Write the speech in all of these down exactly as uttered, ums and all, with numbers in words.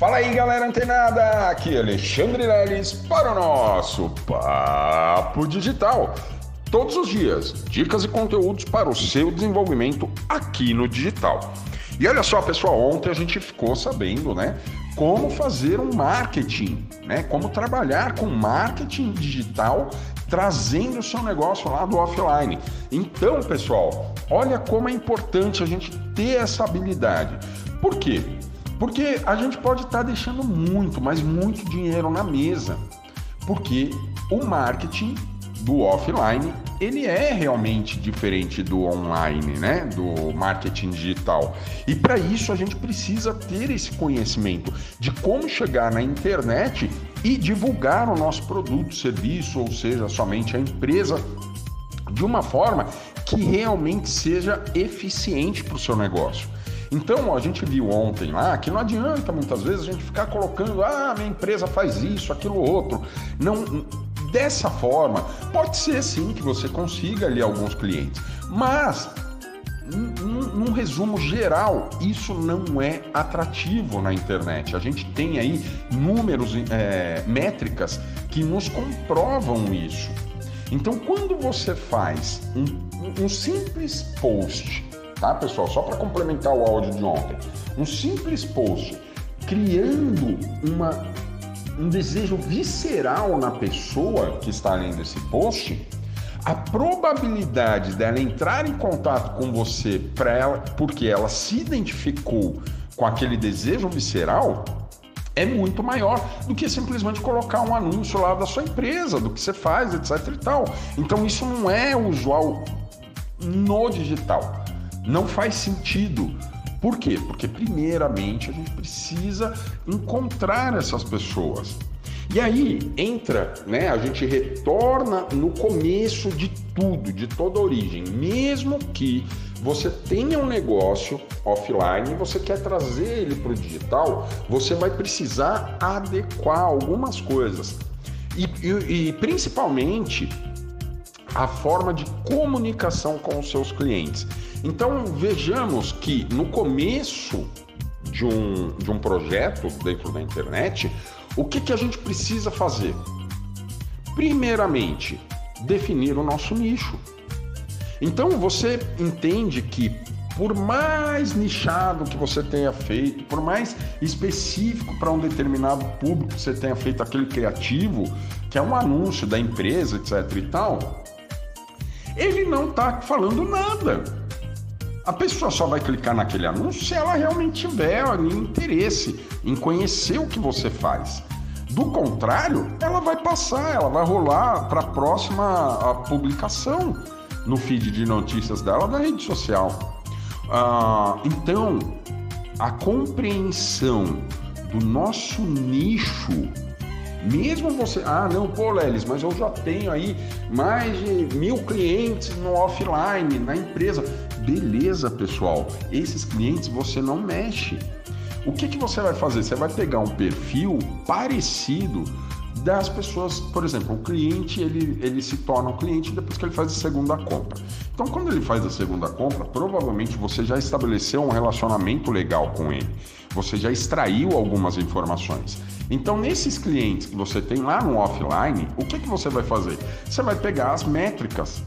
Fala aí, galera antenada, aqui é Alexandre Leles para o nosso Papo Digital. Todos os dias, dicas e conteúdos para o seu desenvolvimento aqui no digital. E olha só, pessoal, ontem a gente ficou sabendo, né, como fazer um marketing, né, como trabalhar com marketing digital, trazendo o seu negócio lá do offline. Então, pessoal, olha como é importante a gente ter essa habilidade. Por quê? Porque a gente pode estar deixando muito, mas muito dinheiro na mesa. Porque o marketing do offline, ele é realmente diferente do online, né? Do marketing digital. E para isso a gente precisa ter esse conhecimento de como chegar na internet e divulgar o nosso produto, serviço, ou seja, somente a empresa, de uma forma que realmente seja eficiente para o seu negócio. Então, a gente viu ontem lá que não adianta muitas vezes a gente ficar colocando, ah, minha empresa faz isso, aquilo, outro. Não, dessa forma, pode ser sim que você consiga ali alguns clientes, mas, num, num resumo geral, isso não é atrativo na internet. A gente tem aí números, é, métricas que nos comprovam isso. Então, quando você faz um, um simples post, tá, pessoal? Só para complementar o áudio de ontem. Um simples post criando uma, um desejo visceral na pessoa que está lendo esse post, a probabilidade dela entrar em contato com você para ela, porque ela se identificou com aquele desejo visceral, é muito maior do que simplesmente colocar um anúncio lá da sua empresa, do que você faz, etc e tal. Então isso não é usual no digital. Não faz sentido. Por quê? Porque primeiramente a gente precisa encontrar essas pessoas. E aí entra, né? A gente retorna no começo de tudo, de toda a origem. Mesmo que você tenha um negócio offline e você quer trazer ele para o digital, você vai precisar adequar algumas coisas. E, e, e principalmente a forma de comunicação com os seus clientes. Então, vejamos que no começo de um, de um projeto dentro da internet, o que, que a gente precisa fazer? Primeiramente, definir o nosso nicho. Então, você entende que por mais nichado que você tenha feito, por mais específico para um determinado público que você tenha feito aquele criativo, que é um anúncio da empresa, etc e tal, ele não está falando nada. A pessoa só vai clicar naquele anúncio se ela realmente tiver ali interesse em conhecer o que você faz. Do contrário, ela vai passar, ela vai rolar para a próxima publicação no feed de notícias dela da rede social. Ah, então, a compreensão do nosso nicho, mesmo você, ah não, pô Leles, mas eu já tenho aí mais de mil clientes no offline, na empresa. Beleza, pessoal, esses clientes você não mexe. O que, que você vai fazer? Você vai pegar um perfil parecido das pessoas, por exemplo, o cliente, ele, ele se torna um cliente depois que ele faz a segunda compra. Então, quando ele faz a segunda compra, provavelmente você já estabeleceu um relacionamento legal com ele. Você já extraiu algumas informações. Então, nesses clientes que você tem lá no offline, o que, que você vai fazer? Você vai pegar as métricas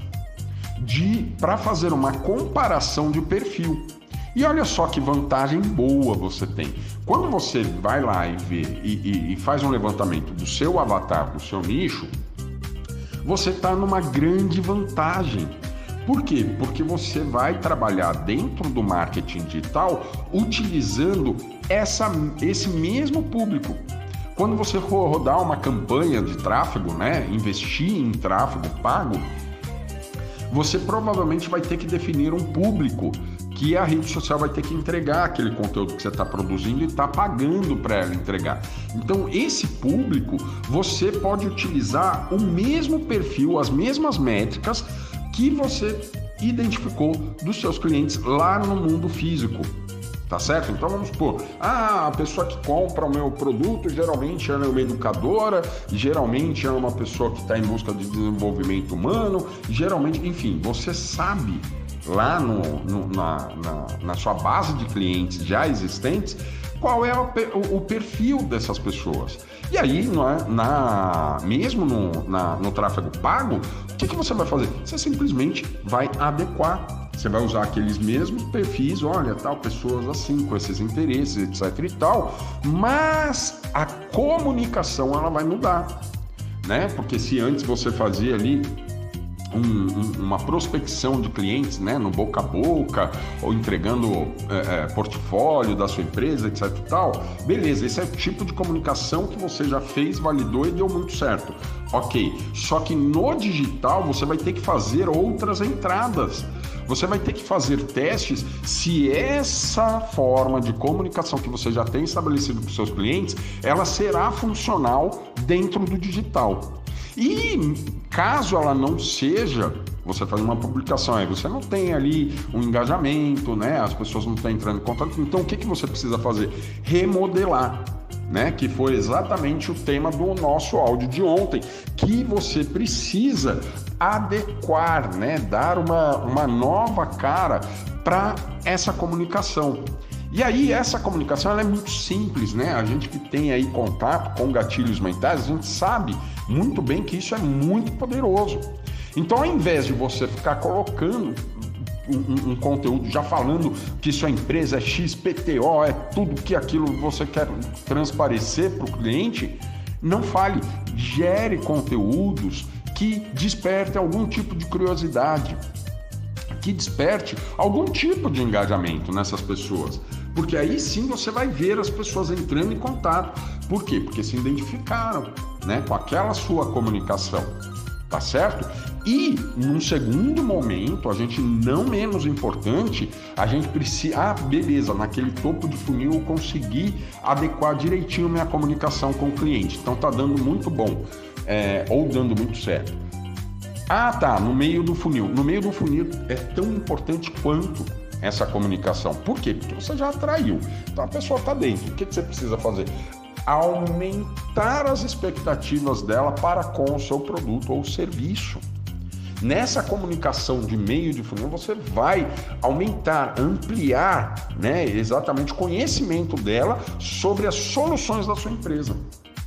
para fazer uma comparação de perfil. E olha só que vantagem boa você tem. Quando você vai lá e vê e, e, e faz um levantamento do seu avatar, do seu nicho, você está numa grande vantagem. Por quê? Porque você vai trabalhar dentro do marketing digital utilizando essa, esse mesmo público. Quando você for rodar uma campanha de tráfego, né, investir em tráfego pago, você provavelmente vai ter que definir um público que a rede social vai ter que entregar aquele conteúdo que você está produzindo e está pagando para ela entregar. Então, esse público, você pode utilizar o mesmo perfil, as mesmas métricas que você identificou dos seus clientes lá no mundo físico. Tá certo? Então vamos supor, ah, a pessoa que compra o meu produto geralmente é uma educadora, geralmente é uma pessoa que está em busca de desenvolvimento humano, geralmente, enfim, você sabe lá no, no, na, na, na sua base de clientes já existentes qual é o, o perfil dessas pessoas. E aí, na, na, mesmo no, na, no tráfego pago, o que, que você vai fazer? Você simplesmente vai adequar. Você vai usar aqueles mesmos perfis, olha, tal, pessoas assim, com esses interesses, etc e tal, mas a comunicação ela vai mudar, né? Porque se antes você fazia ali Um, um, uma prospecção de clientes, né, no boca a boca, ou entregando é, é, portfólio da sua empresa, etc e tal, beleza, esse é o tipo de comunicação que você já fez, validou e deu muito certo. Ok, só que no digital você vai ter que fazer outras entradas. Você vai ter que fazer testes se essa forma de comunicação que você já tem estabelecido com seus clientes, ela será funcional dentro do digital. E caso ela não seja, você faz uma publicação, aí você não tem ali um engajamento, né? As pessoas não estão entrando em contato, então o que, que você precisa fazer? Remodelar, né? Que foi exatamente o tema do nosso áudio de ontem, que você precisa adequar, né? Dar uma, uma nova cara para essa comunicação. E aí, essa comunicação ela é muito simples, né? A gente que tem aí contato com gatilhos mentais, a gente sabe muito bem que isso é muito poderoso. Então, ao invés de você ficar colocando um, um conteúdo já falando que sua empresa é X P T O, é tudo que aquilo você quer transparecer para o cliente, não fale, gere conteúdos que despertem algum tipo de curiosidade, que desperte algum tipo de engajamento nessas pessoas. Porque aí sim você vai ver as pessoas entrando em contato. Por quê? Porque se identificaram, né, com aquela sua comunicação, tá certo? E, num segundo momento, a gente, não menos importante, a gente precisa... Ah, beleza, naquele topo de funil eu consegui adequar direitinho minha comunicação com o cliente. Então tá dando muito bom, é, ou dando muito certo. Ah, tá, no meio do funil. No meio do funil é tão importante quanto essa comunicação. Por quê? Porque você já atraiu. Então a pessoa está dentro. O que você precisa fazer? Aumentar as expectativas dela para com o seu produto ou serviço. Nessa comunicação de meio de funil, você vai aumentar, ampliar, né, exatamente o conhecimento dela sobre as soluções da sua empresa.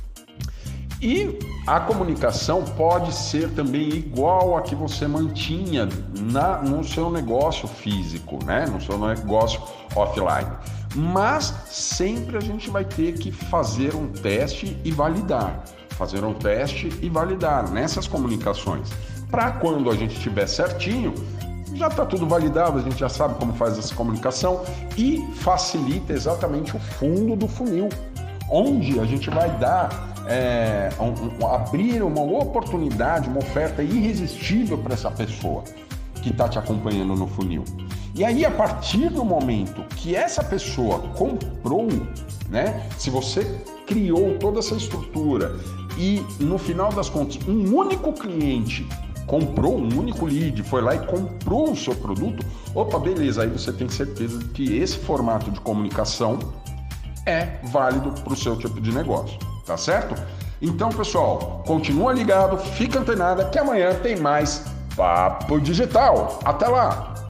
E a comunicação pode ser também igual a que você mantinha na, no seu negócio físico, né? No seu negócio offline. Mas sempre a gente vai ter que fazer um teste e validar. Fazer um teste e validar nessas comunicações. Para quando a gente tiver certinho, já está tudo validado, a gente já sabe como faz essa comunicação e facilita exatamente o fundo do funil, onde a gente vai dar... É, um, um, abrir uma oportunidade, uma oferta irresistível para essa pessoa que está te acompanhando no funil. E aí, a partir do momento que essa pessoa comprou, né, se você criou toda essa estrutura e no final das contas um único cliente comprou, um único lead, foi lá e comprou o seu produto, opa, beleza, aí você tem certeza que esse formato de comunicação é válido para o seu tipo de negócio. Tá certo? Então, pessoal, continua ligado, fica antenado que amanhã tem mais Papo Digital. Até lá!